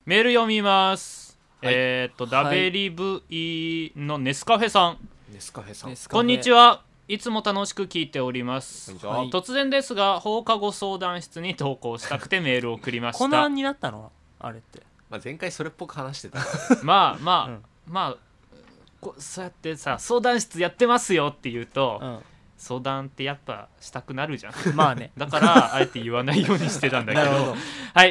メール読みます、 はいダベリブイのネスカフェさん、 ネスカフェさん、 こんにちは。いつも楽しく聞いております。 はい、 突然ですが放課後相談室に投稿したくてメールを送りました。 コナンになったのあれって、 前回それっぽく話してたまあそうやってさ相談室やってますよって言うと、相談ってやっぱしたくなるじゃんまあねだからあえて言わないようにしてたんだけどなるほど。 はい、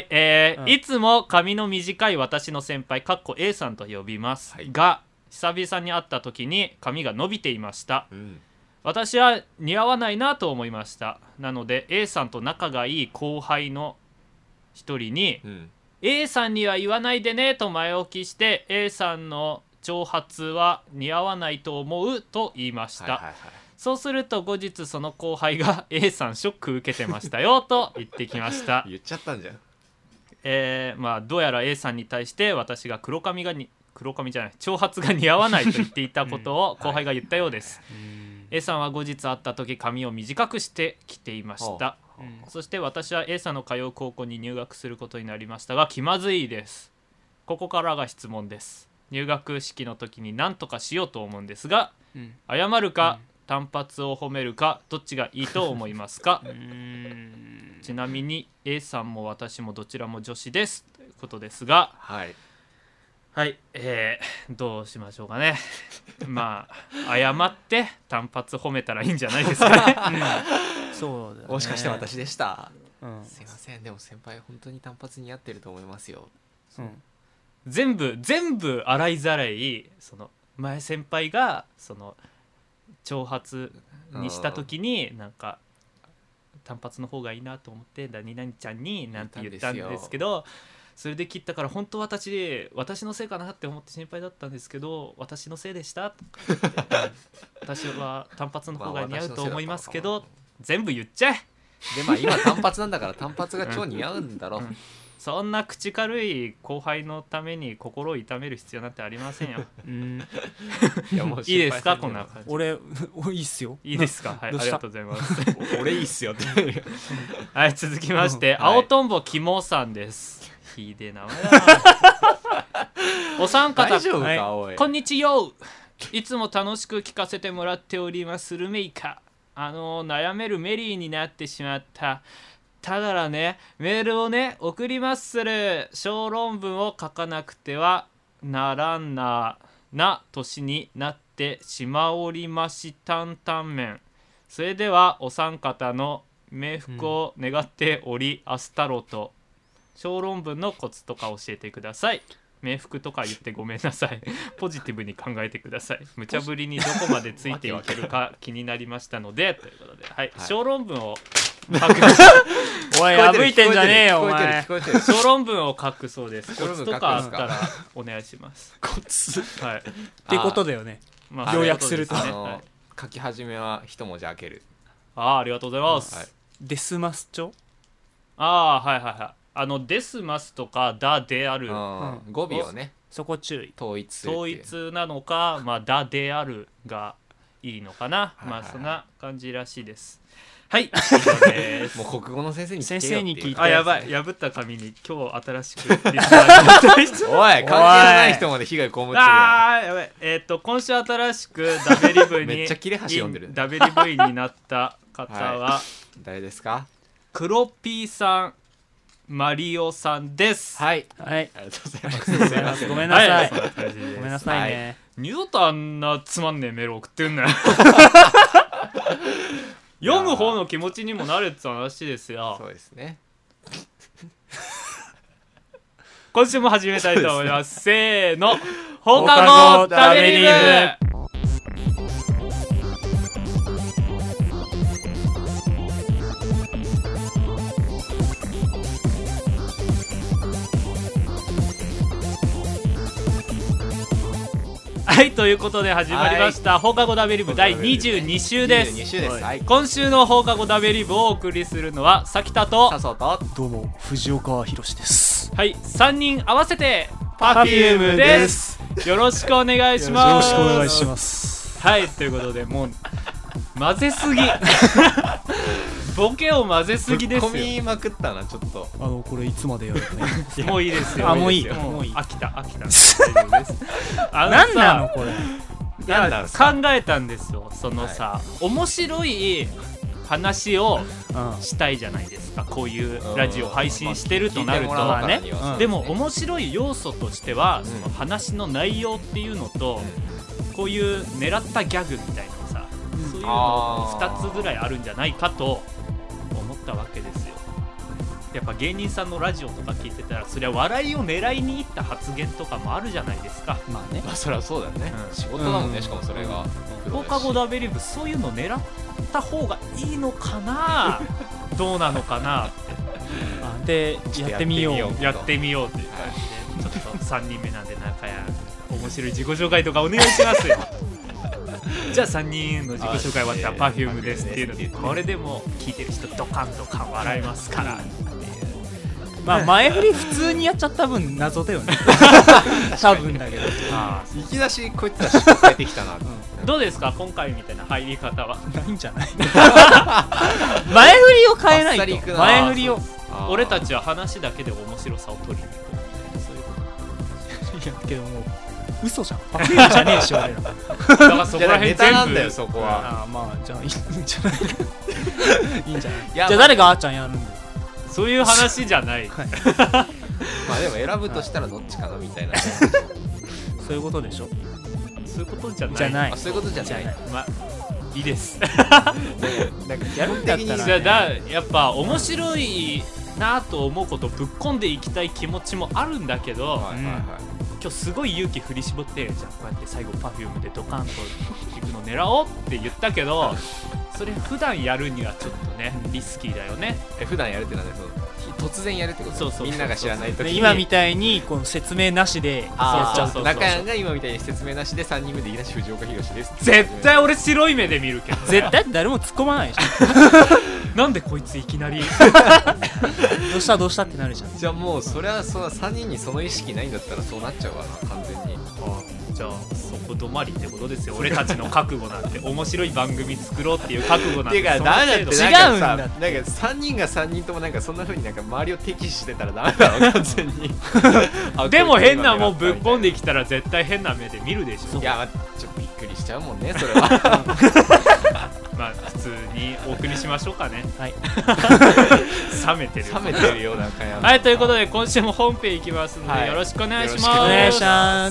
いつも髪の短い私の先輩A さんと呼びます、が久々に会った時に髪が伸びていました、私は似合わないなと思いました。なので A さんと仲がいい後輩の一人に、A さんには言わないでねと前置きして A さんの長髪は似合わないと思うと言いました、そうすると後日その後輩が A さんショック受けてましたよと言ってきました言っちゃったんじゃん。 どうやら A さんに対して私が長髪が似合わないと言っていたことを後輩が言ったようです、A さんは後日会った時髪を短くしてきていました、そして私は A さんの通う高校に入学することになりましたが気まずいです。ここからが質問です。入学式の時に何とかしようと思うんですが、謝るか、単発を褒めるかどっちがいいと思いますかちなみに A さんも私もどちらも女子ですということですが、はい、どうしましょうかね謝って単発褒めたらいいんじゃないですかね、 そうだね、 もしかして私でした、すいません。でも先輩本当に単発似合ってると思いますよ、 全部洗いざらいその前先輩がその長髪にした時になんか単発の方がいいなと思って何々ちゃんになんて言ったんですけど、それで切ったから本当私のせいかなって思って心配だったんですけど私のせいでしたとか言って私は単発の方が似合うと思いますけど、全部言っちゃえ。 で今単発なんだから単発が超似合うんだろ、 そんな口軽い後輩のために心を痛める必要なんてありませんよいやもういいですかこんな感じ。 俺いいっすよ。 いいですか、はい、ありがとうございます俺いいっすよってはい、続きまして、青とんぼきもさんです。ひでえ名前だお三方大丈夫か、おいこんにちよ。いつも楽しく聞かせてもらっておりますルメイカ。悩めるメリーになってしまった。ただらね、メールをね送りまする。小論文を書かなくてはならんな年になってしまおりましたんたんめん。それではお三方の冥福を願っており、アスタロと小論文のコツとか教えてください。冥福とか言ってごめんなさいポジティブに考えてください。無茶ぶりにどこまでついていけるか気になりましたのでということで、はい、小論文を書くおい破いてんじゃねえよお前。小論文を書くそうです。コツとかあったらお願いします。 コツ、 はい、ってことだよね、要約するとね、 書き始めは一文字開ける。 ありがとうございます、 デスマス帳、 デスマスとかダである、 語尾をねそこ注意。 統一するっていう、 統一なのか、ダであるがいいのかな、そんな感じらしいです。はい、 もう国語の先生に聞いてやばい、破った紙に今日新しくリスナーになった人おい関係ない人まで被害被ってるやばい。今週新しくダベリブにめっちゃ切れ端読んでるダベリブイになった方は、 誰ですか？ クロピーさん、マリオさんです。 はい、 ありがとうございますごめんなさい、ごめんなさいね、 二度とあんなつまんねえメール送ってんなよ読む方の気持ちにもなるって話ですよ。 そうですね今週も始めたいと思います。せーの、放課後ダベリブ。はい、ということで始まりました、放課後ダベリブ第22週です。 22週です、 今週の放課後ダベリブをお送りするのはさきたと笹と、 どうも藤岡弘です。 はい、3人合わせてPerfumeです。よろしくお願いします。 よろしくお願いします。 はい、ということでもう混ぜすぎボケを混ぜすぎですよ。 ぶっ込みまくったなちょっと。 これいつまでやるのもういいですよ。 あ、もういい。 もういい。 飽きた大丈夫です。 なんなのこれ。 いや考えたんですよ。そのさ、面白い話をしたいじゃないですか。こういうラジオ配信してるとなるとね。でも面白い要素としては、その話の内容っていうのと、こういう狙ったギャグみたいなさ、そういうの2つぐらいあるんじゃないかと思ったわけですよ。やっぱ芸人さんのラジオとか聞いてたら、そりゃ笑いを狙いにいった発言とかもあるじゃないですか。 まあね。 まあそりゃそうだよね。仕事だもんね。しかもそれが。 放課後ダベリブ、そういうの狙った方がいいのかなどうなのかなってやってみようという感じで、ちょっと3人目なんで中谷面白い自己紹介とかお願いしますよ。じゃあ3人の自己紹介終わったら Perfume ですっていうので、これでも聞いてる人ドカンドカン笑いますから。 まあ前振り普通にやっちゃった分謎だよね。多分だけど。 いきなしこいつらしっかり変えてきたな。 どうですか今回みたいな入り方は。 ないんじゃない。前振りを変えないと。前振りを。 俺たちは話だけで面白さを取りに行こうみたいな、そういうこと。 いやけどもう嘘じゃん。パフュームじゃねえし俺ら。 だからそこら辺全部なんだよそこは。 まあじゃあいいんじゃない。いいんじゃない。じゃあま誰があーちゃんやるんだよ。 そういう話じゃない。 まあでも選ぶとしたらどっちかなみたいな。 そういうことでしょ。 そういうことじゃない。 じゃない。 そういうことじゃない。 まあいいです。 なんかやるんだったらね。やっぱ面白いなと思うことをぶっ込んでいきたい気持ちもあるんだけど、今日すごい勇気振り絞って、じゃあこうやって最後 Perfume でドカンといくの狙おうって言ったけど、それ普段やるにはちょっとねリスキーだよね。 普段やるってのはね、突然やるってこと。みんなが知らない時に今みたいにこの説明なしでやっちゃうと、 中谷が今みたいに説明なしで3人目でいきなし藤岡弘です。 絶対俺白い目で見るけど、 絶対誰も突っ込まないでしょ。 なんでこいついきなりどうしたどうしたってなるじゃん。 じゃあもうそれはその3人にその意識ないんだったらそうなっちゃうわな完全に。 じゃあそこ止まりってことですよ。俺たちの覚悟なんて面白い番組作ろうっていう覚悟なんて。 てかダメだって。 違うんだって。 なんか3人が3人ともなんかそんな風になんか周りを敵視してたらダメだろ完全に。 でも変なもんぶっ込んできたら絶対変な目で見るでしょ。 いやちょっとびっくりしちゃうもんねそれは。 まあ普通にお送りしましょうかね。 はい。 冷めてるような感じ。 はい、ということで今週も本編いきますので、よろしくお願いします。 お願いします。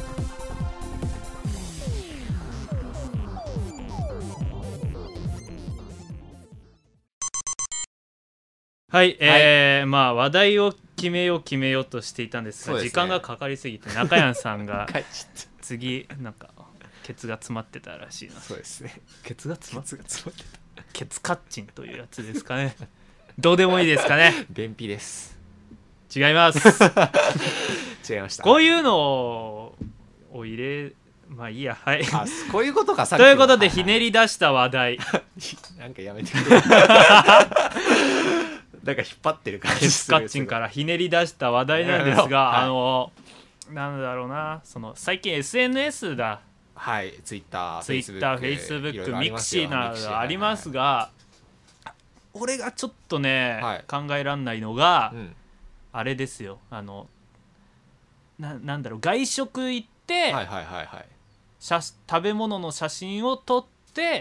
はい、まあ話題を決めようとしていたんですが、時間がかかりすぎて中谷さんが次なんかケツが詰まってたらしいな。 そうですね。ケツが詰まってた。 ケツカッチンというやつですかね。どうでもいいですかね。 便秘です。 違います。 違いました。 こういうのを入れ、まあいいや、はい。 こういうことか。 ということでひねり出した話題。 なんかやめてくれ。なんか引っ張ってる感じ。 ケツカッチンからひねり出した話題なんですが、なんだろうな、その最近 SNS だ。 はい、ツイッター、 フェイスブック、ミクシーなどありますが、俺がちょっとね、考えらんないのが、あれですよ。なんだろう、外食行って、食べ物の写真を撮って、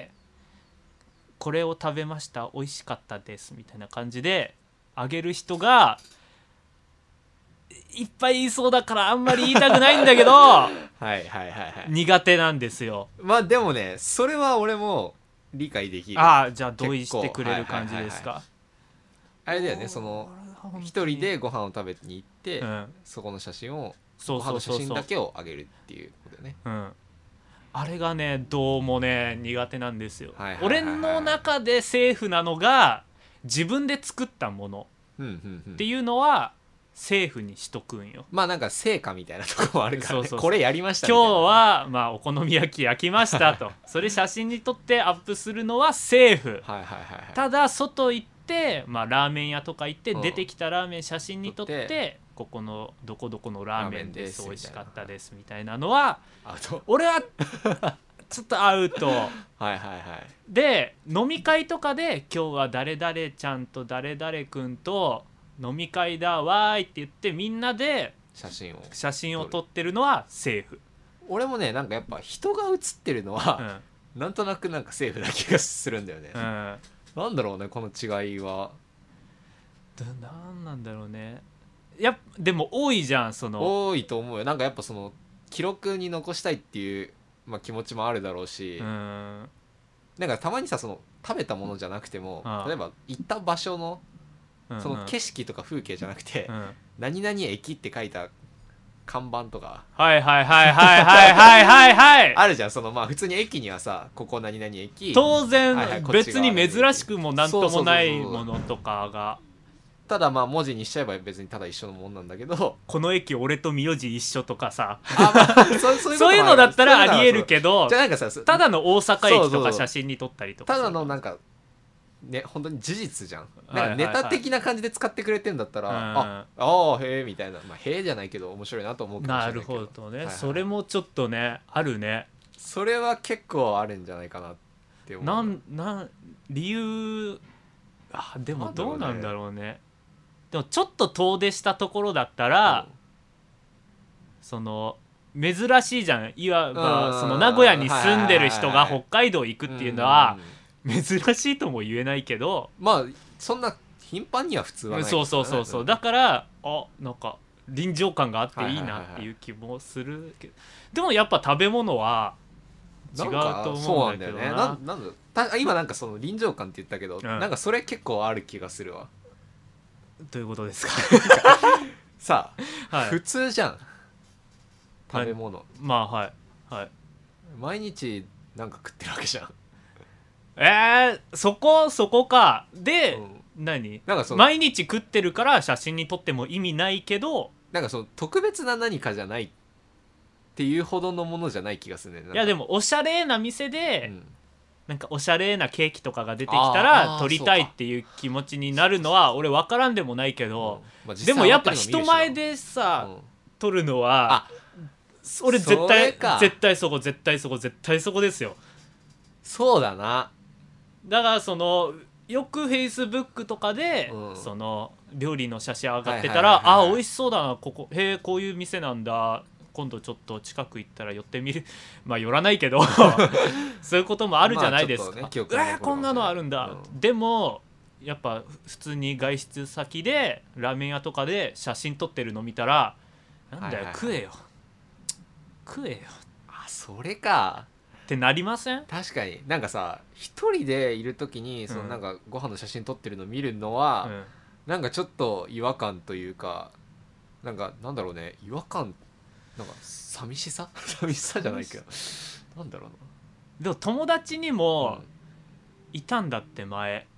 これを食べました、美味しかったですみたいな感じであげる人がいっぱいいそうだからあんまり言いたくないんだけど苦手なんですよ。 まあでもね、それは俺も理解できる。 じゃあ同意してくれる感じですか。 あれだよね、その一人でご飯を食べに行って、そこの写真をご飯の写真だけをあげるっていうことだよね。 あれがねどうもね苦手なんですよ。俺の中でセーフなのが自分で作ったものっていうのはセーフにしとくんよ。 まあなんか成果みたいなところもあるからね。これやりましたみたいな。今日はまあお好み焼き焼きましたとそれ写真に撮ってアップするのはセーフ。ただ外行って、まあ、ラーメン屋とか行って出てきたラーメン写真に撮ってここのどこどこのラーメンです美味しかったですみたいなのは俺はちょっとアウトはいはいはいで飲み会とかで今日は誰々ちゃんと誰々くんと飲み会だわーいって言ってみんなで写真を撮ってるのはセーフ。 俺もねなんかやっぱ人が写ってるのは、なんとなくなんかセーフな気がするんだよね、なんだろうねこの違いは。 なんなんだろうね。でも多いじゃんその。 多いと思うよ。なんかやっぱその記録に残したいっていう、気持ちもあるだろうし、なんかたまにさその食べたものじゃなくても、例えば行った場所のその景色とか風景じゃなくて、何々駅って書いた看板とかはいはいはいはいはいはいはいはいあるじゃん。その普通に駅にはさここ何々駅当然、別に珍しくもなんともないものとかがただ文字にしちゃえば別にただ一緒のもんなんだけど、 この駅俺と名字一緒とかさそういうのだったらありえるけど、 じゃなんかさただの大阪駅とか写真に撮ったりとかただのなんかね本当に事実じゃん。なんかネタ的な感じで使ってくれてんだったら、ああへえみたいな、へえじゃないけど面白いなと思うかもしれないけど。 なるほどね、それもちょっとねあるね。 それは結構あるんじゃないかなって思う。 理由でもどうなんだろうね。でもちょっと遠出したところだったら、その珍しいじゃん。いわばその名古屋に住んでる人が北海道行くっていうのは珍しいとも言えないけど、 そんな頻繁には普通はない、 そうだからなんか臨場感があっていいなっていう気もするけど、でもやっぱ食べ物は違うと思うんだけどな。 今なんかその臨場感って言ったけど、なんかそれ結構ある気がするわ。 どういうことですかさあ、普通じゃん食べ物。 はい毎日なんか食ってるわけじゃん。 そこかで、何なんか毎日食ってるから写真に撮っても意味ないけど、 なんかその特別な何かじゃないっていうほどのものじゃない気がするね。 いやでもおしゃれな店で、なんかおしゃれなケーキとかが出てきたら撮りたいっていう気持ちになるのは俺分からんでもないけど、でもやっぱ人前でさ、撮るのは俺絶対そこですよ。 そうだな。 だからそのよく Facebook とかで、その料理の写真上がってたら、美味しそうだなここ、へえこういう店なんだ、今度ちょっと近く行ったら寄ってみる寄らないけどそういうこともあるじゃないですか。こんなのあるんだ、でもやっぱ普通に外出先でラーメン屋とかで写真撮ってるの見たら、なんだよ、食えよそれかってなりません？ 確かに。なんかさ一人でいる時にそのなんかご飯の写真撮ってるの見るのは、なんかちょっと違和感というか、なんだろうね、違和感、なんか寂しさじゃないけどなんだろうな。 でも友達にもいたんだって前、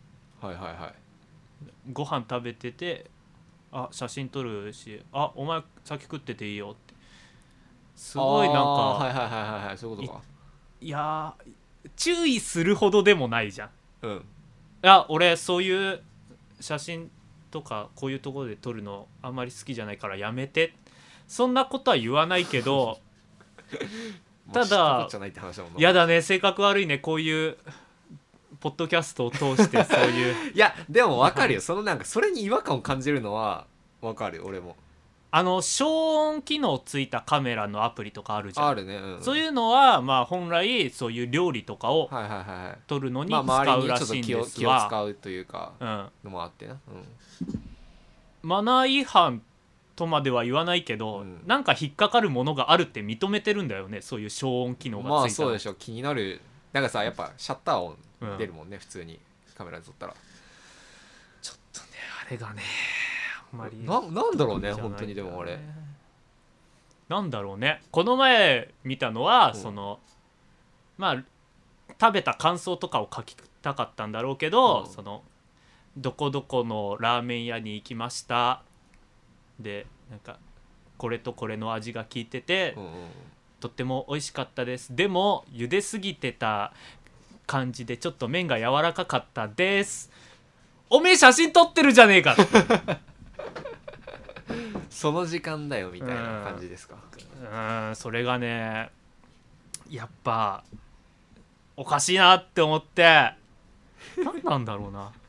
ご飯食べてて写真撮るし、お前先食ってていいよって、すごいなんかそういうことか。 いや注意するほどでもないじゃん。俺そういう写真とかこういうところで撮るのあんまり好きじゃないからやめて、そんなことは言わないけどただやだね、性格悪いね、こういうポッドキャストを通してそういういやでも分かるよそのなんかそれに違和感を感じるのは分かるよ。俺も消音機能ついたカメラのアプリとかあるじゃん。 あるね、 そういうのは本来そういう料理とかを撮るのに使うらしいんですわ。 気を使うというかのもあってな、 マナー違反とまでは言わないけど、なんか引っかかるものがあるって認めてるんだよね、そういう消音機能がついた。 そうでしょ。気になる。なんかさやっぱシャッター音出るもんね、普通にカメラで撮ったら。 ちょっとねあれがねあんまりなんだろうね本当に。でも俺なんだろうね、この前見たのは、その食べた感想とかを書きたかったんだろうけど、そのどこどこのラーメン屋に行きましたで、なんかこれとこれの味が効いてて、とっても美味しかったです、でも茹ですぎてた感じでちょっと麺が柔らかかったです。おめえ写真撮ってるじゃねえかその時間だよみたいな感じですか。 それがねやっぱおかしいなって思って何なんだろうな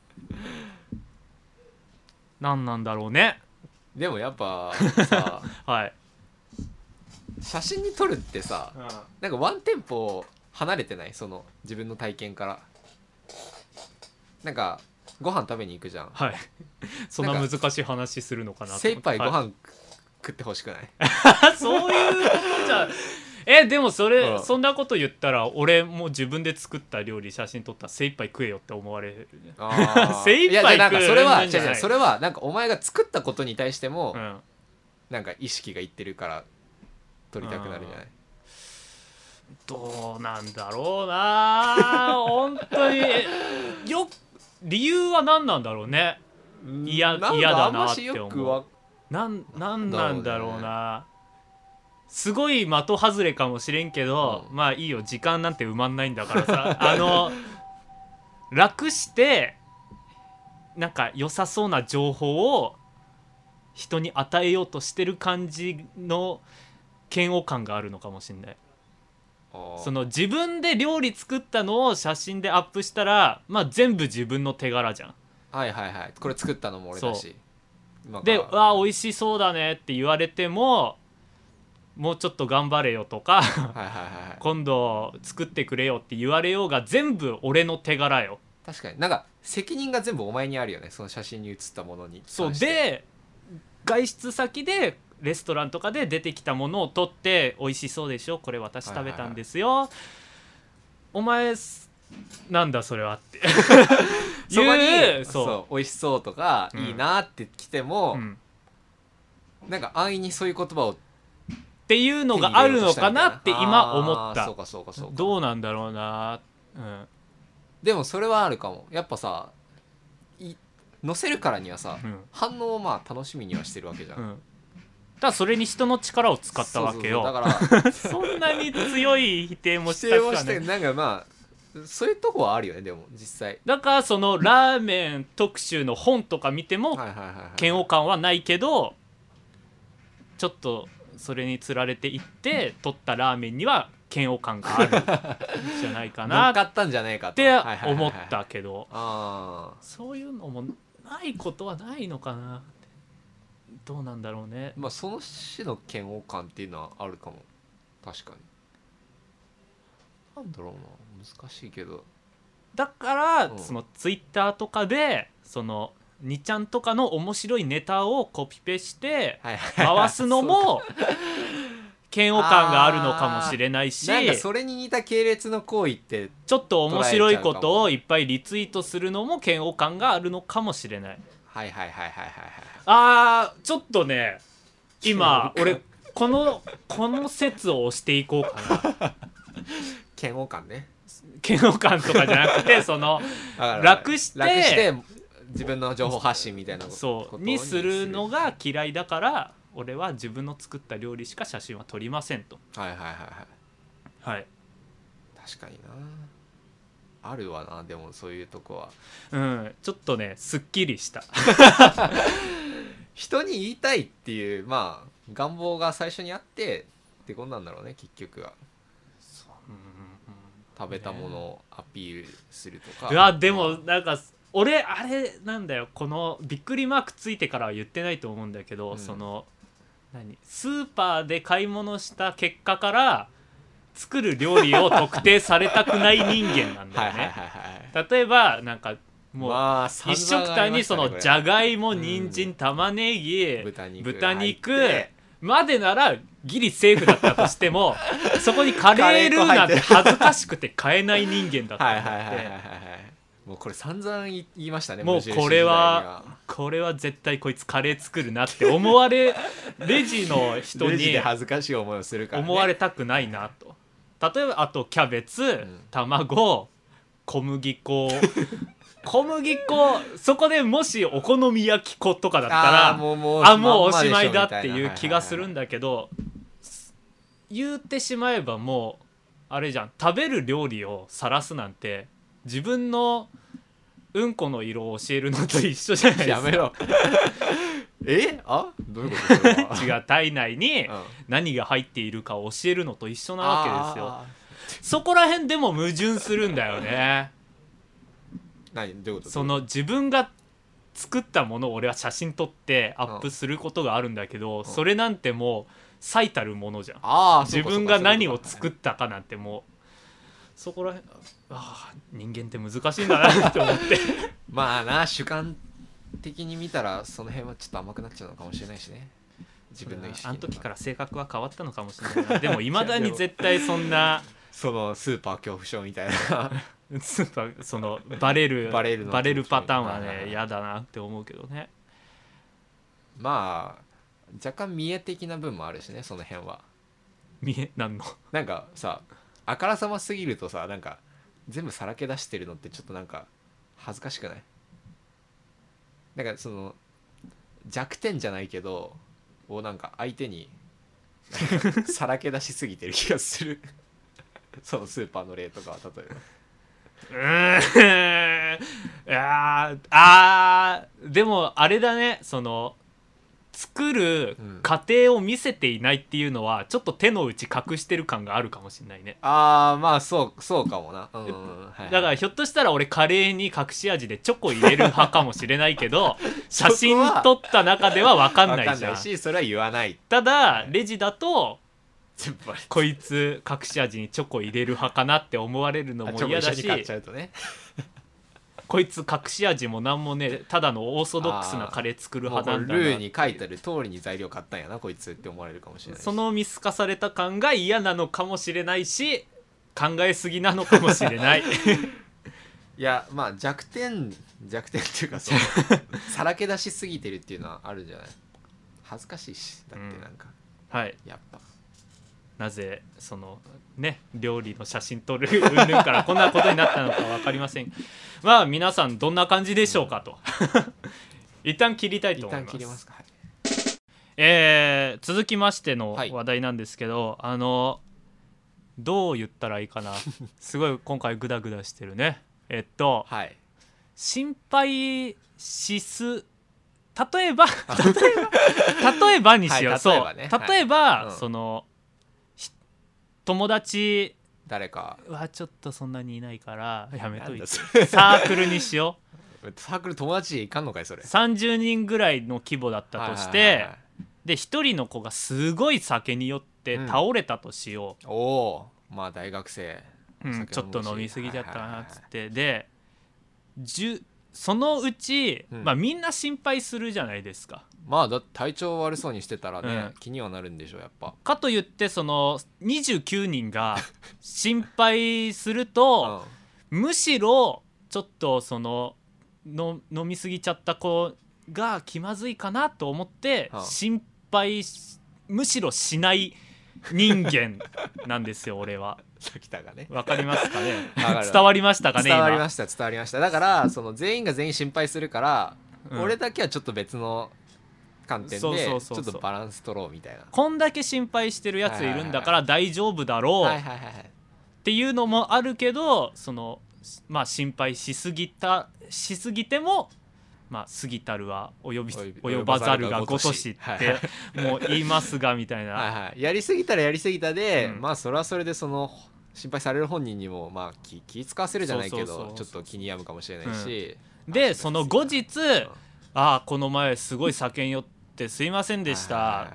何なんだろうね。 でもやっぱさはい写真に撮るってさ、なんかワンテンポ離れてない？その自分の体験から。なんかご飯食べに行くじゃん。 はいそんな難しい話するのかなと思って。 精一杯ご飯、 はい、 食ってほしくない？ そういうことじゃでもそれ、そんなこと言ったら俺も自分で作った料理写真撮ったら精一杯食えよって思われる。精一杯食え。 いやなんかそれは違うそれはなんかお前が作ったことに対しても、なんか意識がいってるから撮りたくなるんじゃない？ どうなんだろうな本当に理由は何なんだろうね。嫌だなって思う。なんなんだろうな。すごい的外れかもしれんけど、まあいいよ、時間なんて埋まんないんだからさ楽してなんか良さそうな情報を人に与えようとしてる感じの嫌悪感があるのかもしれない。その自分で料理作ったのを写真でアップしたら、まあ全部自分の手柄じゃん。 はいはいはい、これ作ったのも俺だし。 で美味しそうだねって言われても、もうちょっと頑張れよとか今度作ってくれよって言われようが全部俺の手柄よ。 確かになんか責任が全部お前にあるよね、その写真に写ったものに。 そうで外出先でレストランとかで出てきたものを取って美味しそうでしょ、これ私食べたんですよ、お前なんだそれはってそこにそう美味しそうとか、いいなって来ても、なんか安易にそういう言葉をっていうのがあるのかなって今思った。 そうかそうかそうか。 どうなんだろうな、 でもそれはあるかも。やっぱさ載せるからにはさ、反応をまあ楽しみにはしてるわけじゃん。 だそれに人の力を使ったわけよ。 だからそんなに強い否定もしたくはない。 なんかまあそういうとこはあるよね。でも実際だからそのラーメン特集の本とか見ても嫌悪感はないけど、ちょっとそれにつられていって取ったラーメンには嫌悪感があるんじゃないかな乗っかったんじゃないかって思ったけど、 そういうのもないことはないのかな。どうなんだろうね。 まあその種の嫌悪感っていうのはあるかも。確かに。なんだろうな、難しいけど。 だから、そのツイッターとかでその2ちゃんとかの面白いネタをコピペして回すのも嫌悪感があるのかもしれないし、 なんかそれに似た系列の行為ってちょっと面白いことをいっぱいリツイートするのも嫌悪感があるのかもしれない。ちょっとね今俺この説を押していこうかな。 嫌悪感ね。 嫌悪感とかじゃなくてその楽して自分の情報発信みたいなことにするのが嫌いだから、俺は自分の作った料理しか写真は撮りませんと。はい。 確かにな、あるわな。でもそういうとこはちょっとねすっきりした人に言いたいっていうまあ願望が最初にあってってことなんだろうね、結局は。食べたものをアピールするとか。 でもなんか俺あれなんだよ、このびっくりマークついてからは言ってないと思うんだけど、そのスーパーで買い物した結果から作る料理を特定されたくない人間なんだよね。例えばなんかもう一食単にそのじゃがいも、人参、玉ねぎ、豚肉までならギリセーフだったとしてもそこにカレールーなんて恥ずかしくて買えない人間だったんだって。 もうこれ散々言いましたね。 もうこれは絶対こいつカレー作るなって思われレジの人に恥ずかしい思いをするから、 思われたくないなと。例えばあとキャベツ、卵、小麦粉そこでもしお好み焼き粉とかだったらもうおしまいだっていう気がするんだけど、言ってしまえばもうあれじゃん、食べる料理を晒すなんて自分のうんこの色を教えるのと一緒じゃないですか。 やめろどういうこと？ 違う、体内に何が入っているかを教えるのと一緒なわけですよ。 そこら辺でも矛盾するんだよね。 どういうこと？ その自分が作ったものを俺は写真撮ってアップすることがあるんだけど、それなんてもう最たるものじゃん。自分が何を作ったかなんてもうそこら辺人間って難しいんだなって思ってまあな、主観的に見たらその辺はちょっと甘くなっちゃうのかもしれないしね、自分の意識。 あの時から性格は変わったのかもしれないな。でもいまだに絶対そんなそのスーパー恐怖症みたいなスーパーそのバレるパターンはね嫌だなって思うけどね。 まあ若干見栄的な分もあるしね、その辺は。 なんのなんかさ、あからさますぎるとさ、なんか全部さらけ出してるのってちょっとなんか恥ずかしくない？なんかその弱点じゃないけどをなんか相手にさらけ出しすぎてる気がするそのスーパーの例とかは例えばでもあれだね、その作る過程を見せていないっていうのはちょっと手の内隠してる感があるかもしれないね。 まあそうかもな、 だからひょっとしたら俺カレーに隠し味でチョコ入れる派かもしれないけど写真撮った中では分かんないじゃん。 しそれは言わない。 ただレジだとこいつ隠し味にチョコ入れる派かなって思われるのも嫌だし、 買っちゃうとねこいつ隠し味もなんもね、ただのオーソドックスなカレー作る派なんだな。 ルーに書いてある通りに材料買ったんやなこいつって思われるかもしれないし、 その見透かされた感が嫌なのかもしれないし、考えすぎなのかもしれないいやまあ弱点っていうかそうさらけ出しすぎてるっていうのはあるんじゃない？恥ずかしいし、だってなんか、 はい、 やっぱなぜそのね料理の写真撮るうんぬんからこんなことになったのか分かりません。まあ皆さんどんな感じでしょうかと一旦切りたいと思います。 一旦切りますか。はい、 続きましての話題なんですけど、どう言ったらいいかなすごい今回グダグダしてるね。 はい、 心配しす例えばにしよう。そう例えば、その友達誰かはちょっとそんなにいないからやめといてサークルにしようサークル友達いかんのかいそれ。 30人ぐらいの規模だったとして、で1人の子がすごい酒に酔って倒れたとしよう、 おお、まあ大学生、 ちょっと飲みすぎちゃったなっつって、でそのうち、まあみんな心配するじゃないですか。 まあだって体調悪そうにしてたらね、気にはなるんでしょうやっぱ。 かといってその29人が心配すると、むしろちょっとその飲みすぎちゃった子が気まずいかなと思って心配むしろしない人間なんですよ俺は。 時田がね、 わかりますかね伝わりましたかね。 伝わりました。だからその全員が全員心配するから、俺だけはちょっと別の観点でちょっとバランス取ろうみたいな。 こんだけ心配してるやついるんだから大丈夫だろうっていうのもあるけど、そのまあ心配しすぎてもまあ過ぎたるは及ばざるがごとしってもう言いますがみたいなやりすぎたらやりすぎたで、まあそれはそれでその心配される本人にもまあ気使わせるじゃないけどちょっと気に病むかもしれないし、 でその後日この前すごい酒に酔ってすいませんでした、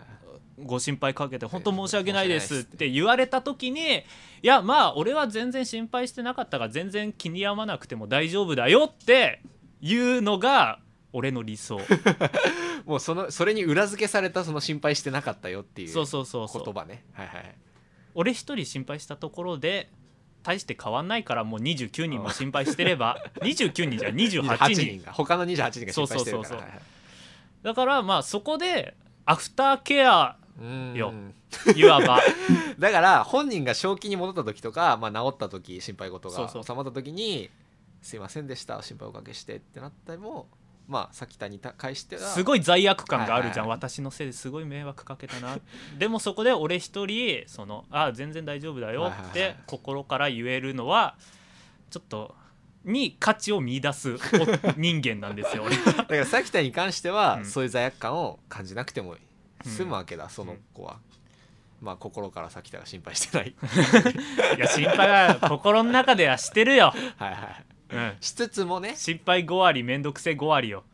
ご心配かけて本当申し訳ないですって言われた時に、いやまあ俺は全然心配してなかったから全然気に病まなくても大丈夫だよっていうのが俺の理想もうそれに裏付けされたその心配してなかったよっていう言葉ね。 俺一人心配したところで大して変わんないから、もう29人も心配してれば29人じゃ28人が他の28人が心配してるから、 だからまあそこでアフターケアよいわばだから本人が正気に戻った時とか、まあ、治った時心配事が収まった時にすいませんでした心配おかけしてってなったりも、まあさきたに対してはすごい罪悪感があるじゃん、私のせいですごい迷惑かけたなでもそこで俺一人全然大丈夫だよって心から言えるのはちょっとに価値を見出す人間なんですよ俺だからさきたに関しては、そういう罪悪感を感じなくても済むわけだ、その子は。 まあ心からさきたが心配してないいや心配は心の中ではしてるよはいはい、 うん、 しつつもね心配5割めんどくせ5割よ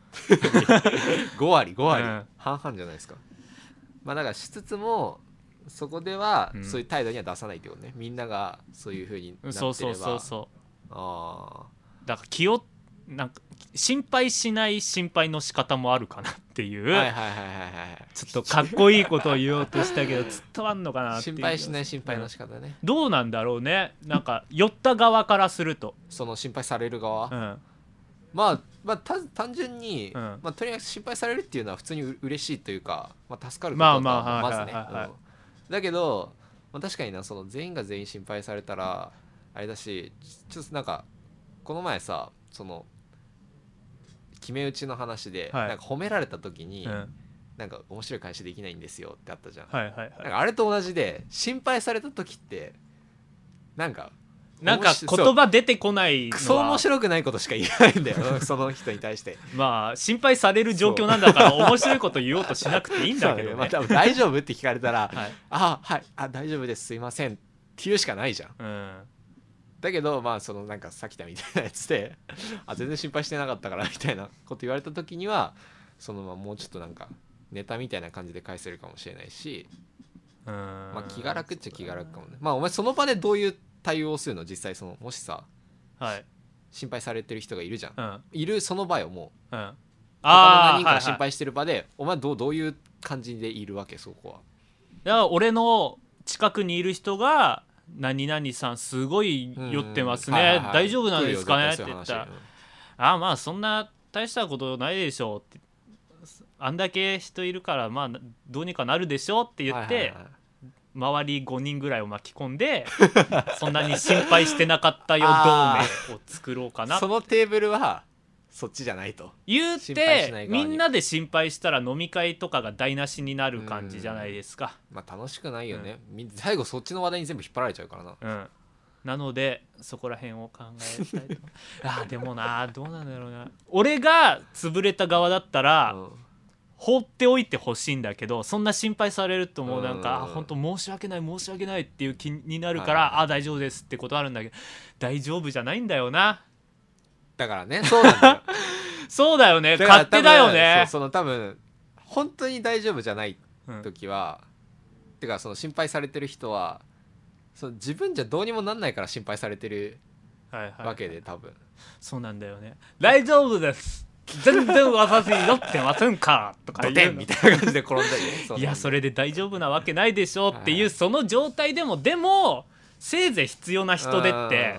5割、うん、半々じゃないですか。まあだからしつつもそこではそういう態度には出さないってことね、みんながそういう風になってれば、 そうあだからなんか心配しない心配の仕方もあるかなっていう、ちょっとかっこいいことを言おうとしたけどつっとあんのかなっていう。 心配しない心配の仕方ね、 どうなんだろうね。なんか寄った側からするとその心配される側、 うん、 まあ単純に、 うん、 まあ、とにかく心配されるっていうのは普通に嬉しいというか、まあ、助かることだとまずね、だけど、まあ、確かになその全員が全員心配されたらあれだし、ちょっとなんかこの前さその決め打ちの話で、なんか褒められた時に、なんか面白い返しできないんですよってあったじゃん、なんかあれと同じで心配された時ってなんか言葉出てこないのはクソ面白くないことしか言えないんだよその人に対してまあ心配される状況なんだから面白いこと言おうとしなくていいんだけどねまあ、多分大丈夫って聞かれたら大丈夫ですすいませんって言うしかないじゃん、だけどまあそのなんかさきたみたいなやつで全然心配してなかったからみたいなこと言われた時にはそのもうちょっとなんかネタみたいな感じで返せるかもしれないし、まあ気が楽っちゃ気が楽かもね。まあお前その場でどういう対応するの実際そのもしさ、心配されてる人がいるじゃん、いるその場よもう、他の何人かが心配してる場で、お前どういう感じでいるわけそこは。 だから俺の近くにいる人が何々さんすごい酔ってますね、大丈夫なんですかねって言ったら、まあそんな大したことないでしょうって、あんだけ人いるからまあどうにかなるでしょって言って、周り5人ぐらいを巻き込んでそんなに心配してなかったよ同盟を作ろうかなそのテーブルはそっちじゃないと言ってみんなで心配したら飲み会とかが台無しになる感じじゃないですか。 まあ楽しくないよね、最後そっちの話題に全部引っ張られちゃうからな、 なのでそこら辺を考えたいとでもなどうなんだろうな、俺が潰れた側だったら、放っておいてほしいんだけど、そんな心配されるともうなんか本当申し訳ないっていう気になるから、大丈夫ですってことあるんだけど、大丈夫じゃないんだよな。 だからね、そうなんだよそうだよね、勝手だよね。 その多分本当に大丈夫じゃない時は、てかその心配されてる人はその自分じゃどうにもなんないから心配されてるわけで、多分そうなんだよね。大丈夫です全然私に酔ってませんかとか言うみたいな感じで転んだりねいやそれで大丈夫なわけないでしょっていう、その状態でもせいぜい必要な人手って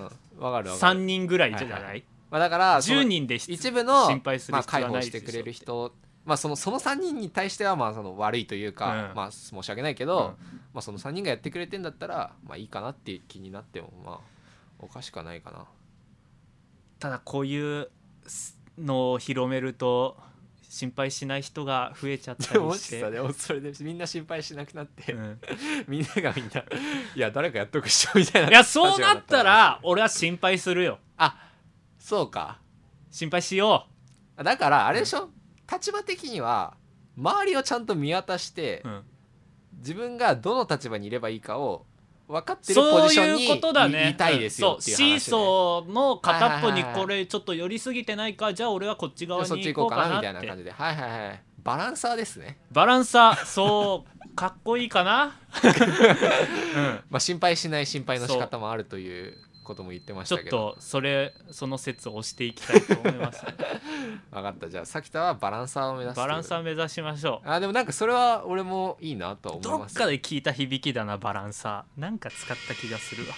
3人ぐらいじゃない、 まあ、だから 10人で一部の心配する必要はないでしょ、 介抱してくれる人、まあ、その3人に対してはまあその悪いというか、まあ、申し訳ないけど、まあ、その3人がやってくれてんだったらまあいいかなっていう気になってもまあおかしくはないかな。 ただこういうのを広めると心配しない人が増えちゃったりして、 もしさ、でもそれでみんな心配しなくなって、みんないや誰かやっとくっしょみたいな、 いやそうなったら俺は心配するよ。 そうか、 心配しよう。だからあれでしょ、立場的には周りをちゃんと見渡して、自分がどの立場にいればいいかを分かってるポジションにいたいですよっていう話、 シーソーの片っぽにこれちょっと寄りすぎてないか、じゃあ俺はこっち側に行こうかなって、 みたいな感じで、バランサーですね。 バランサー、そうかっこいいかなまあ心配しない心配の仕方もあるということも言ってましたけど、 ちょっとその説を押していきたいと思います、ね、 分かった。じゃあさきたはバランサーを目指す。 バランサー目指しましょう。 でもなんかそれは俺もいいなとは思います。 どっかで聞いた響きだな、バランサー。なんか使った気がするわ。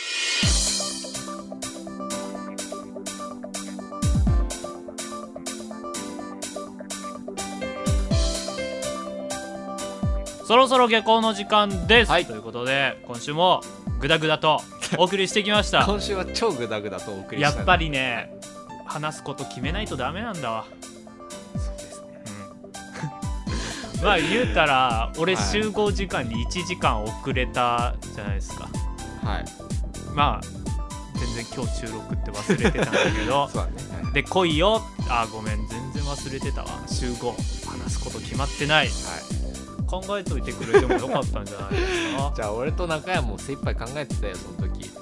そろそろ下校の時間です、ということで今週もグダグダとお送りしてきました今週は超グダグダとお送りした、 やっぱりね話すこと決めないとダメなんだわ。 そうですね、 まあ言うたら俺集合時間に1時間遅れたじゃないですか。まあ全然今日収録って忘れてたんだけどそうだね、 で来いよ、ごめん全然忘れてたわ、集合話すこと決まってない、 考えといてくれてもよかったんじゃないですか。 じゃあ俺と中山も精一杯考えてたよその時。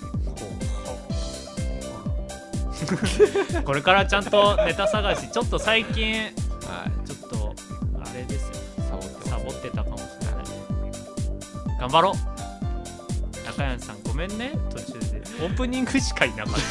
これからちゃんとネタ探し、ちょっと最近、 はい、 ちょっとあれですよ、サボってたかもしれない。頑張ろう。中山さんごめんね、途中でオープニングしかいなかった。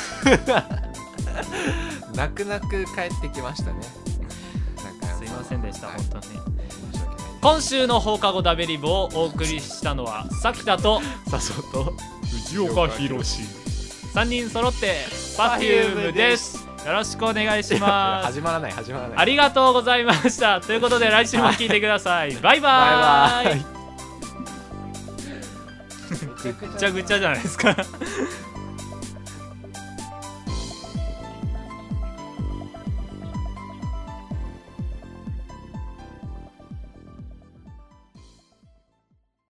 泣く泣く帰ってきましたね。 すいませんでした、 はい、 本当に。今週の放課後ダベリブをお送りしたのはさきたと笹生と藤岡弘、3人揃って Perfume です。よろしくお願いします。 始まらない。 ありがとうございました。ということで来週も聞いてください。バイバーイ。ぐっちゃぐちゃじゃないですか。